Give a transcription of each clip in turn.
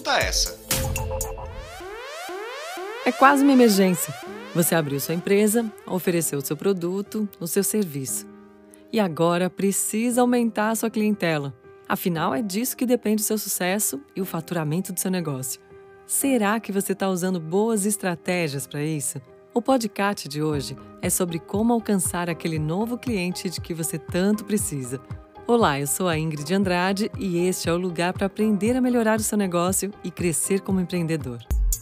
escuta essa. É quase uma emergência. Você abriu sua empresa, ofereceu o seu produto, o seu serviço. E agora precisa aumentar a sua clientela. Afinal, é disso que depende o seu sucesso e o faturamento do seu negócio. Será que você está usando boas estratégias para isso? O podcast de hoje é sobre como alcançar aquele novo cliente de que você tanto precisa. Olá, eu sou a Ingrid Andrade e este é o lugar para aprender a melhorar o seu negócio e crescer como empreendedor.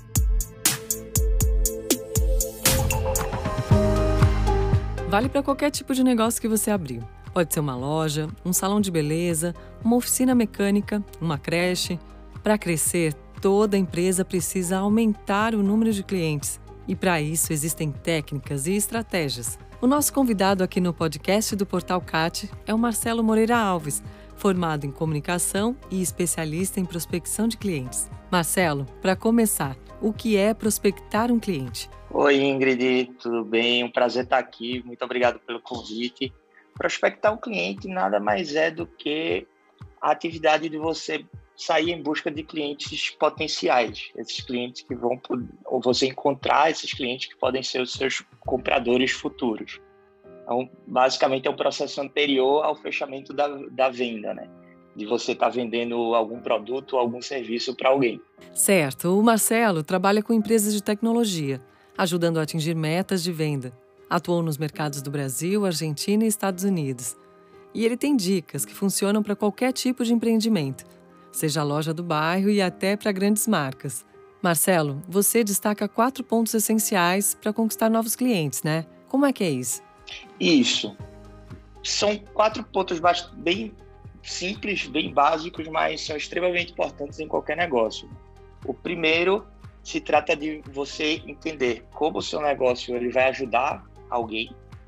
Vale para qualquer tipo de negócio que você abriu. Pode ser uma loja, um salão de beleza, uma oficina mecânica, uma creche. Para crescer, toda empresa precisa aumentar o número de clientes. E para isso existem técnicas e estratégias. O nosso convidado aqui no podcast do Portal CAT é o Marcelo Moreira Alves, formado em comunicação e especialista em prospecção de clientes. Marcelo, para começar, o que é prospectar um cliente? Oi, Ingrid, tudo bem? Um prazer estar aqui. Muito obrigado pelo convite. Prospectar um cliente nada mais é do que a atividade de você sair em busca de clientes potenciais. Esses clientes que vão, ou você encontrar esses clientes que podem ser os seus compradores futuros. Então, basicamente, é um processo anterior ao fechamento da venda, né? De você estar vendendo algum produto ou algum serviço para alguém. Certo. O Marcelo trabalha com empresas de tecnologia, ajudando a atingir metas de venda. Atuou nos mercados do Brasil, Argentina e Estados Unidos. E ele tem dicas que funcionam para qualquer tipo de empreendimento, seja a loja do bairro e até para grandes marcas. Marcelo, você destaca 4 pontos essenciais para conquistar novos clientes, né? Como é que é isso? Isso. São 4 pontos bem simples, bem básicos, mas são extremamente importantes em qualquer negócio. O primeiro se trata de você entender como o seu negócio ele vai ajudar alguém.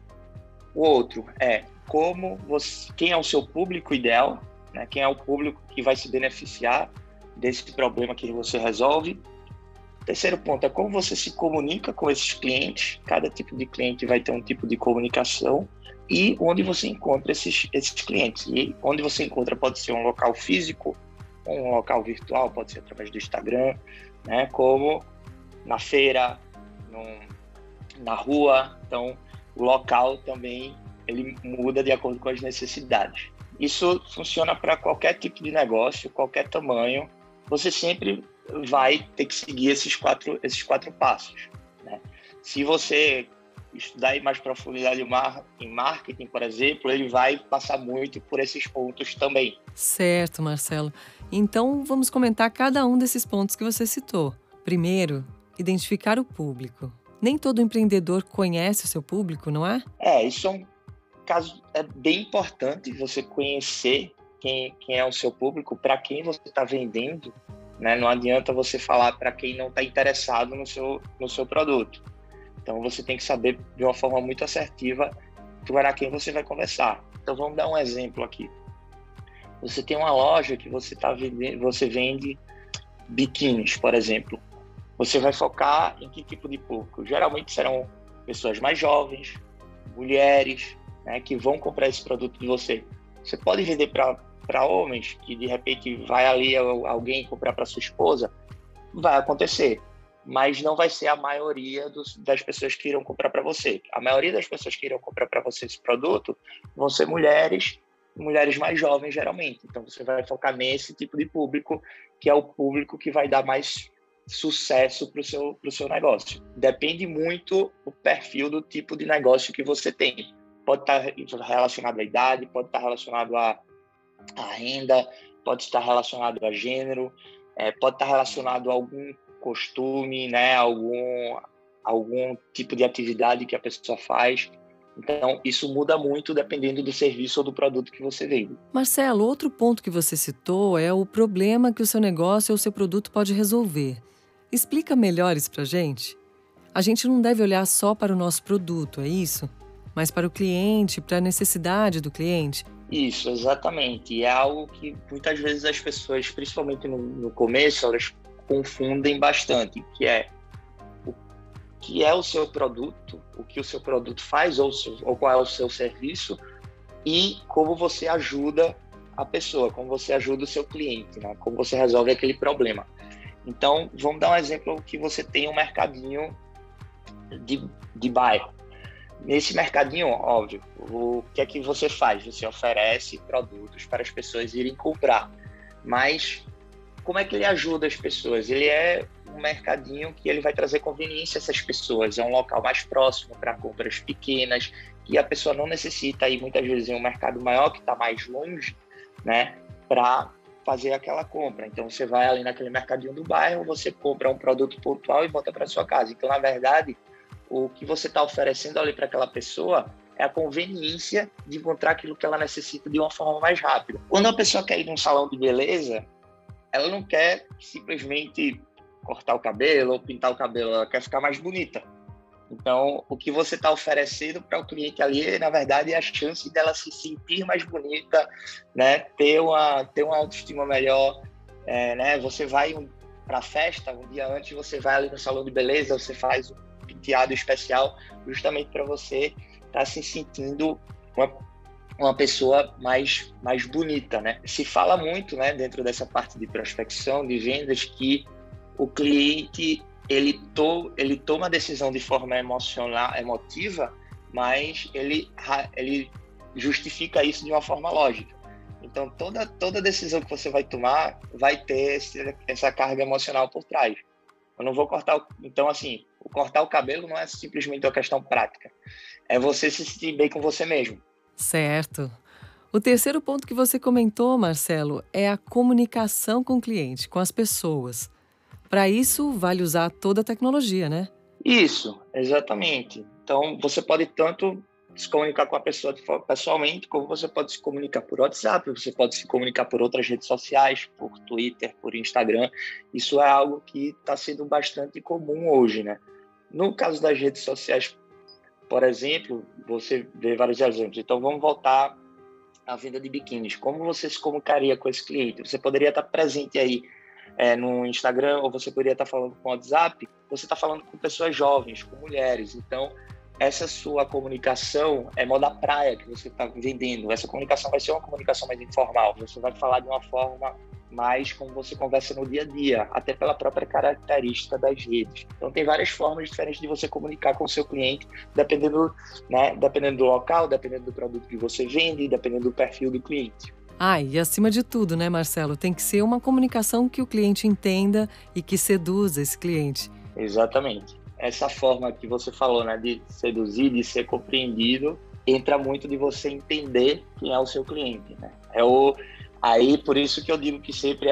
O outro é quem é o seu público ideal, né? Quem é o público que vai se beneficiar desse problema que você resolve. O terceiro ponto é como você se comunica com esses clientes. Cada tipo de cliente vai ter um tipo de comunicação e onde você encontra esses clientes. E onde você encontra pode ser um local físico, um local virtual, pode ser através do Instagram, né? Como na feira, na rua. Então, o local também ele muda de acordo com as necessidades. Isso funciona para qualquer tipo de negócio, qualquer tamanho. Você sempre vai ter que seguir esses quatro passos, né? Se você estudar em mais profundidade em marketing, por exemplo, ele vai passar muito por esses pontos também. Certo, Marcelo. Então, vamos comentar cada um desses pontos que você citou. Primeiro, identificar o público. Nem todo empreendedor conhece o seu público, não é? Isso é bem importante você conhecer quem é o seu público, para quem você está vendendo, né? Não adianta você falar para quem não está interessado no seu produto. Então, você tem que saber de uma forma muito assertiva para quem você vai conversar. Então, vamos dar um exemplo aqui. Você tem uma loja que você vende biquínis, por exemplo. Você vai focar em que tipo de público? Geralmente serão pessoas mais jovens, mulheres, né, que vão comprar esse produto de você. Você pode vender para homens, que de repente vai ali alguém comprar para sua esposa, vai acontecer, mas não vai ser a maioria das pessoas que irão comprar para você. A maioria das pessoas que irão comprar para você esse produto vão ser mulheres mais jovens, geralmente. Então, você vai focar nesse tipo de público, que é o público que vai dar mais sucesso para o seu negócio. Depende muito do perfil do tipo de negócio que você tem. Pode estar relacionado à idade, pode estar relacionado à renda, pode estar relacionado a gênero, pode estar relacionado a algum costume, né? Algum tipo de atividade que a pessoa faz. Então, isso muda muito dependendo do serviço ou do produto que você vende. Marcelo, outro ponto que você citou é o problema que o seu negócio ou o seu produto pode resolver. Explica melhor isso pra gente. A gente não deve olhar só para o nosso produto, é isso? Mas para o cliente, para a necessidade do cliente. Isso, exatamente. E é algo que muitas vezes as pessoas, principalmente no começo, elas confundem bastante, que é o que é o seu produto, o que o seu produto faz ou qual é o seu serviço e como você ajuda a pessoa, como você ajuda o seu cliente, né? Como você resolve aquele problema. Então, vamos dar um exemplo que você tem um mercadinho de bairro. Nesse mercadinho, óbvio, o que é que você faz? Você oferece produtos para as pessoas irem comprar. Mas como é que ele ajuda as pessoas? Ele é um mercadinho que ele vai trazer conveniência a essas pessoas. É um local mais próximo para compras pequenas, que a pessoa não necessita ir muitas vezes em um mercado maior, que está mais longe, né, para fazer aquela compra. Então, você vai ali naquele mercadinho do bairro, você compra um produto pontual e volta para sua casa. Então, na verdade, o que você está oferecendo ali para aquela pessoa é a conveniência de encontrar aquilo que ela necessita de uma forma mais rápida. Quando a pessoa quer ir num salão de beleza, ela não quer simplesmente cortar o cabelo ou pintar o cabelo, ela quer ficar mais bonita. Então, o que você está oferecendo para o cliente ali, na verdade, é a chance dela se sentir mais bonita, né? Ter uma autoestima melhor, né? Você vai para a festa, um dia antes você vai ali no salão de beleza, você faz um penteado especial, justamente para você estar se sentindo uma pessoa mais bonita, né? Se fala muito, né, dentro dessa parte de prospecção, de vendas, que o cliente ele toma a decisão de forma emotiva, mas ele justifica isso de uma forma lógica. Então, toda decisão que você vai tomar vai ter essa carga emocional por trás. Eu não vou cortar... Então, assim, cortar o cabelo não é simplesmente uma questão prática. É você se sentir bem com você mesmo. Certo. O terceiro ponto que você comentou, Marcelo, é a comunicação com o cliente, com as pessoas. Para isso, vale usar toda a tecnologia, né? Isso, exatamente. Então, você pode tanto se comunicar com a pessoa pessoalmente, como você pode se comunicar por WhatsApp, você pode se comunicar por outras redes sociais, por Twitter, por Instagram. Isso é algo que está sendo bastante comum hoje, né? No caso das redes sociais, por exemplo, você vê vários exemplos. Então, vamos voltar à venda de biquínis. Como você se comunicaria com esse cliente? Você poderia estar presente aí no Instagram, ou você poderia estar falando com o WhatsApp. Você está falando com pessoas jovens, com mulheres. Então, essa sua comunicação é moda praia que você está vendendo. Essa comunicação vai ser uma comunicação mais informal. Você vai falar de uma forma mais como você conversa no dia a dia, até pela própria característica das redes. Então, tem várias formas diferentes de você comunicar com o seu cliente, dependendo do local, dependendo do produto que você vende, dependendo do perfil do cliente. E acima de tudo, né, Marcelo, tem que ser uma comunicação que o cliente entenda e que seduza esse cliente. Exatamente. Essa forma que você falou, né, de seduzir, de ser compreendido, entra muito de você entender quem é o seu cliente, né? Aí, por isso que eu digo que sempre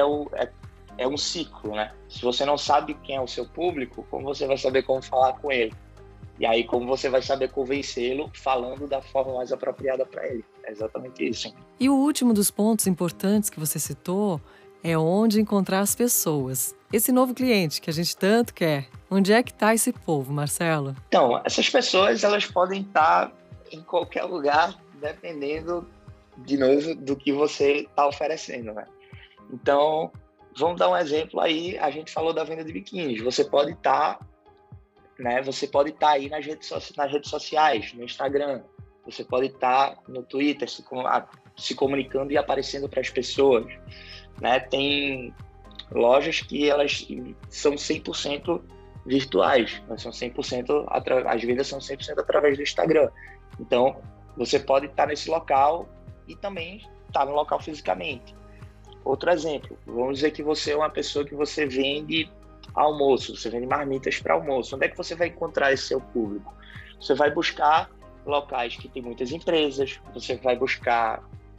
é um ciclo, né? Se você não sabe quem é o seu público, como você vai saber como falar com ele? E aí, como você vai saber convencê-lo falando da forma mais apropriada para ele? É exatamente isso. E o último dos pontos importantes que você citou é onde encontrar as pessoas. Esse novo cliente que a gente tanto quer. Onde é que está esse povo, Marcelo? Então, essas pessoas, elas podem estar em qualquer lugar, dependendo, de novo, do que você está oferecendo, né? Então, vamos dar um exemplo aí. A gente falou da venda de biquínis. Você pode estar, né? Você pode estar aí nas redes sociais, no Instagram. Você pode estar no Twitter, se comunicando e aparecendo para as pessoas, né? Tem lojas que elas são 100% virtuais, são 100%, as vendas são 100% através do Instagram. Então, você pode estar nesse local e também estar no local fisicamente. Outro exemplo, vamos dizer que você é uma pessoa que você vende almoço, você vende marmitas para almoço. Onde é que você vai encontrar esse seu público? Você vai buscar locais que tem muitas empresas, você vai buscar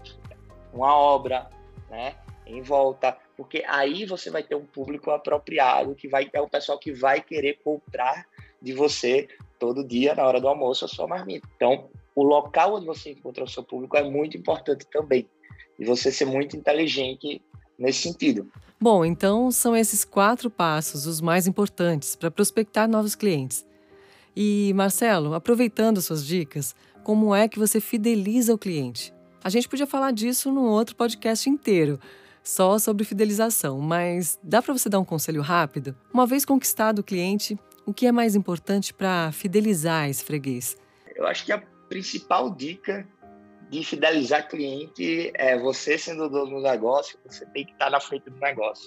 uma obra, né, em volta, porque aí você vai ter um público apropriado, é o pessoal que vai querer comprar de você todo dia, na hora do almoço, a sua marmita. Então, o local onde você encontra o seu público é muito importante também, e você ser muito inteligente nesse sentido. Bom, então são esses 4 passos os mais importantes para prospectar novos clientes. E, Marcelo, aproveitando suas dicas, como é que você fideliza o cliente? A gente podia falar disso num outro podcast inteiro, só sobre fidelização, mas dá para você dar um conselho rápido? Uma vez conquistado o cliente, o que é mais importante para fidelizar esse freguês? Eu acho que a principal dica de fidelizar cliente é você sendo dono do negócio, você tem que estar na frente do negócio.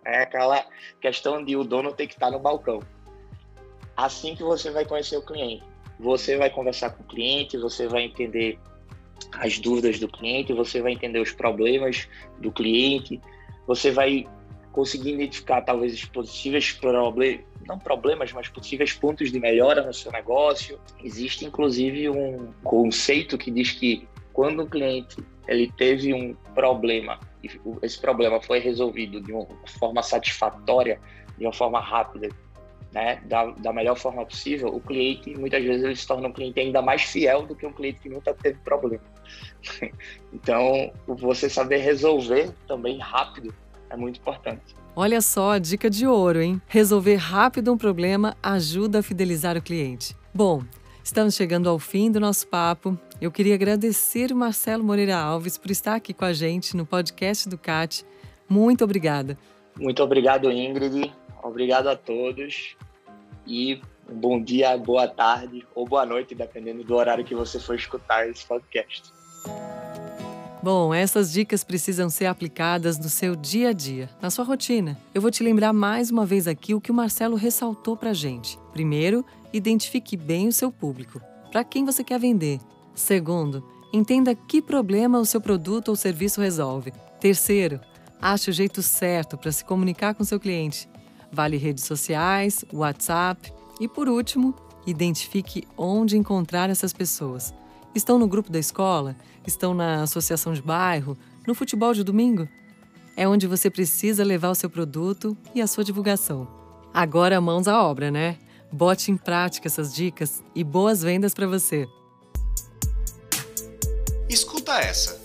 É aquela questão de o dono ter que estar no balcão. Assim que você vai conhecer o cliente, você vai conversar com o cliente, você vai entender as dúvidas do cliente, você vai entender os problemas do cliente, você vai conseguir identificar talvez os possíveis não problemas, mas possíveis pontos de melhora no seu negócio. Existe inclusive um conceito que diz que quando o cliente ele teve um problema e esse problema foi resolvido de uma forma satisfatória, de uma forma rápida, né, da melhor forma possível, o cliente, muitas vezes, ele se torna um cliente ainda mais fiel do que um cliente que nunca teve problema. Então, você saber resolver também rápido é muito importante. Olha só a dica de ouro, hein? Resolver rápido um problema ajuda a fidelizar o cliente. Bom, estamos chegando ao fim do nosso papo. Eu queria agradecer o Marcelo Moreira Alves por estar aqui com a gente no podcast do CAT. Muito obrigada. Muito obrigado, Ingrid. Obrigado a todos. E um bom dia, boa tarde ou boa noite, dependendo do horário que você for escutar esse podcast. Bom, essas dicas precisam ser aplicadas no seu dia a dia, na sua rotina. Eu vou te lembrar mais uma vez aqui o que o Marcelo ressaltou pra gente. Primeiro, identifique bem o seu público. Para quem você quer vender? Segundo, entenda que problema o seu produto ou serviço resolve. Terceiro, ache o jeito certo para se comunicar com seu cliente. Vale redes sociais, WhatsApp. E por último, identifique onde encontrar essas pessoas. Estão no grupo da escola? Estão na associação de bairro? No futebol de domingo? É onde você precisa levar o seu produto e a sua divulgação. Agora, mãos à obra, né? Bote em prática essas dicas e boas vendas para você. Escuta essa.